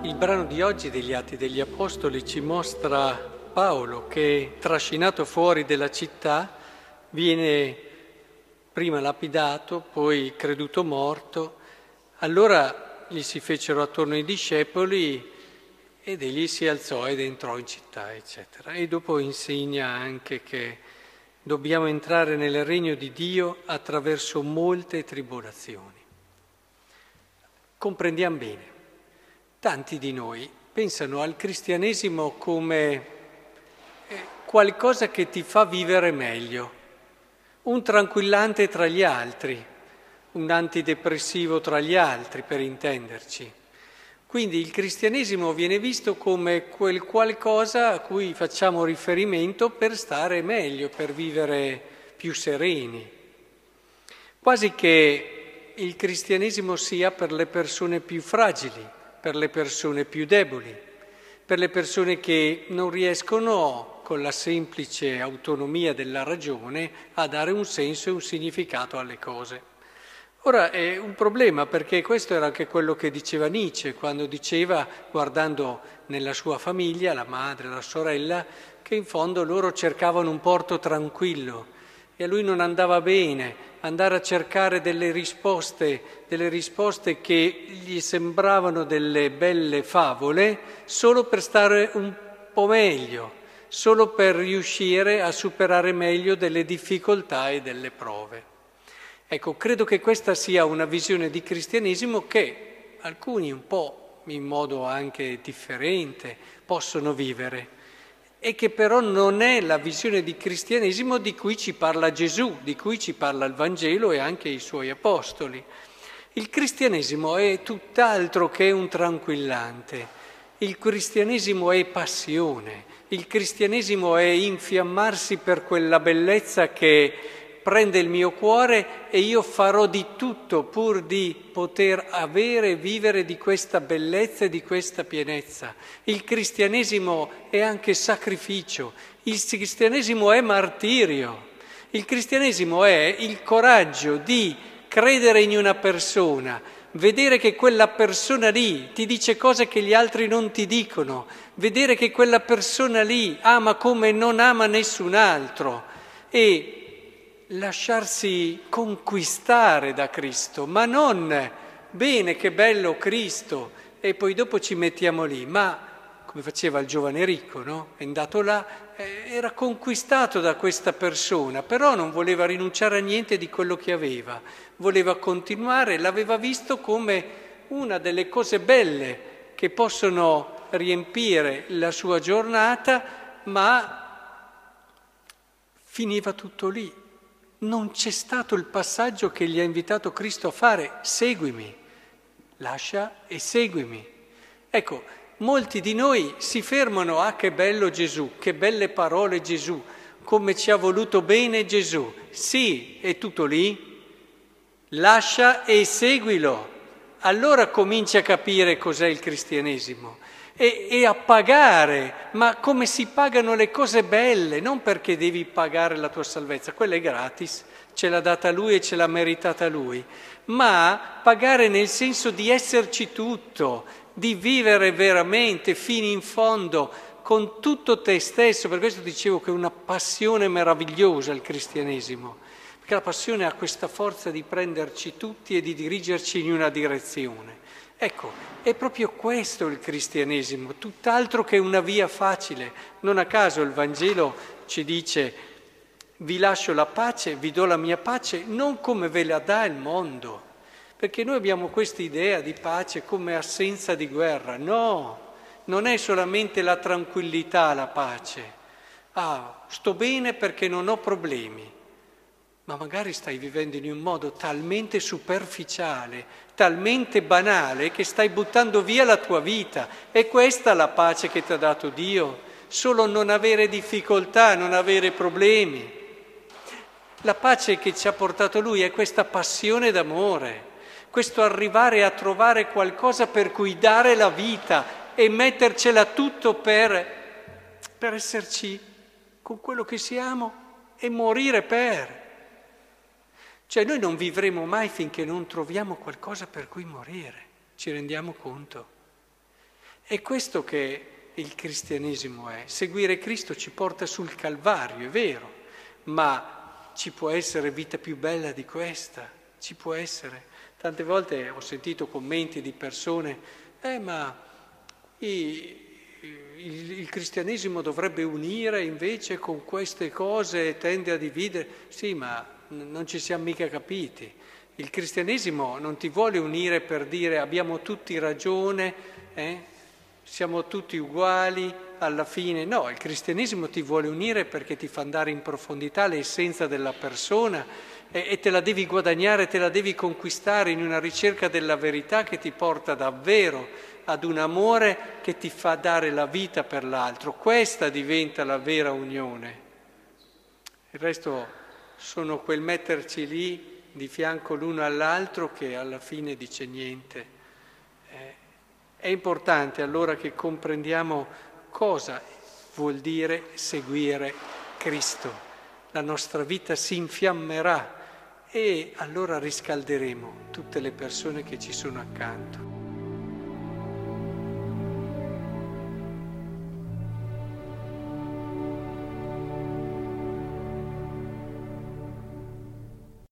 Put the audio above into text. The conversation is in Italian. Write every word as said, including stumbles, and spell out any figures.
Il brano di oggi degli Atti degli Apostoli ci mostra Paolo che, trascinato fuori della città, viene prima lapidato, poi creduto morto. Allora gli si fecero attorno i discepoli ed egli si alzò ed entrò in città, eccetera. E dopo insegna anche che dobbiamo entrare nel regno di Dio attraverso molte tribolazioni. Comprendiamo bene. Tanti di noi pensano al cristianesimo come qualcosa che ti fa vivere meglio, un tranquillante tra gli altri, un antidepressivo tra gli altri, per intenderci. Quindi il cristianesimo viene visto come quel qualcosa a cui facciamo riferimento per stare meglio, per vivere più sereni. Quasi che il cristianesimo sia per le persone più fragili, per le persone più deboli, per le persone che non riescono con la semplice autonomia della ragione a dare un senso e un significato alle cose. Ora è un problema, perché questo era anche quello che diceva Nietzsche quando diceva, guardando nella sua famiglia, la madre, la sorella, che in fondo loro cercavano un porto tranquillo e a lui non andava bene andare a cercare delle risposte, delle risposte che gli sembravano delle belle favole solo per stare un po' meglio, solo per riuscire a superare meglio delle difficoltà e delle prove. Ecco, credo che questa sia una visione di cristianesimo che alcuni un po' in modo anche differente possono vivere e che però non è la visione di cristianesimo di cui ci parla Gesù, di cui ci parla il Vangelo e anche i suoi apostoli. Il cristianesimo è tutt'altro che un tranquillante, il cristianesimo è passione, il cristianesimo è infiammarsi per quella bellezza che prende il mio cuore e io farò di tutto pur di poter avere e vivere di questa bellezza e di questa pienezza. Il cristianesimo è anche sacrificio, il cristianesimo è martirio, il cristianesimo è il coraggio di credere in una persona, vedere che quella persona lì ti dice cose che gli altri non ti dicono, vedere che quella persona lì ama come non ama nessun altro e lasciarsi conquistare da Cristo, ma non bene, che bello Cristo, e poi dopo ci mettiamo lì, ma come faceva il giovane ricco, no? È andato là, eh, era conquistato da questa persona, però non voleva rinunciare a niente di quello che aveva, voleva continuare, l'aveva visto come una delle cose belle che possono riempire la sua giornata, ma finiva tutto lì. Non c'è stato il passaggio che gli ha invitato Cristo a fare, seguimi, lascia e seguimi. Ecco, molti di noi si fermano, ah che bello Gesù, che belle parole Gesù, come ci ha voluto bene Gesù. Sì, è tutto lì, lascia e seguilo. Allora cominci a capire cos'è il cristianesimo. E, e a pagare, ma come si pagano le cose belle, non perché devi pagare la tua salvezza, quella è gratis, ce l'ha data Lui e ce l'ha meritata Lui, ma pagare nel senso di esserci tutto, di vivere veramente fino in fondo con tutto te stesso. Per questo dicevo che è una passione meravigliosa il cristianesimo, perché la passione ha questa forza di prenderci tutti e di dirigerci in una direzione. Ecco, è proprio questo il cristianesimo, tutt'altro che una via facile. Non a caso il Vangelo ci dice: vi lascio la pace, vi do la mia pace, non come ve la dà il mondo. Perché noi abbiamo questa idea di pace come assenza di guerra. No, non è solamente la tranquillità la pace. Ah, sto bene perché non ho problemi. Ma magari stai vivendo in un modo talmente superficiale, talmente banale, che stai buttando via la tua vita. È questa la pace che ti ha dato Dio? Solo non avere difficoltà, non avere problemi. La pace che ci ha portato Lui è questa passione d'amore, questo arrivare a trovare qualcosa per cui dare la vita e mettercela tutto per, per esserci con quello che siamo e morire per. Cioè noi non vivremo mai finché non troviamo qualcosa per cui morire, ci rendiamo conto? È questo che il cristianesimo è. Seguire Cristo ci porta sul Calvario, è vero, ma ci può essere vita più bella di questa, ci può essere. Tante volte ho sentito commenti di persone, eh ma i, il, il cristianesimo dovrebbe unire invece con queste cose, tende a dividere. Sì, ma non ci siamo mica capiti. Il cristianesimo non ti vuole unire per dire abbiamo tutti ragione, eh? Siamo tutti uguali alla fine. No, il cristianesimo ti vuole unire perché ti fa andare in profondità l'essenza della persona e, e te la devi guadagnare, te la devi conquistare in una ricerca della verità che ti porta davvero ad un amore che ti fa dare la vita per l'altro. Questa diventa la vera unione. Il resto sono quel metterci lì di fianco l'uno all'altro che alla fine dice niente. Eh, È importante allora che comprendiamo cosa vuol dire seguire Cristo. La nostra vita si infiammerà e allora riscalderemo tutte le persone che ci sono accanto.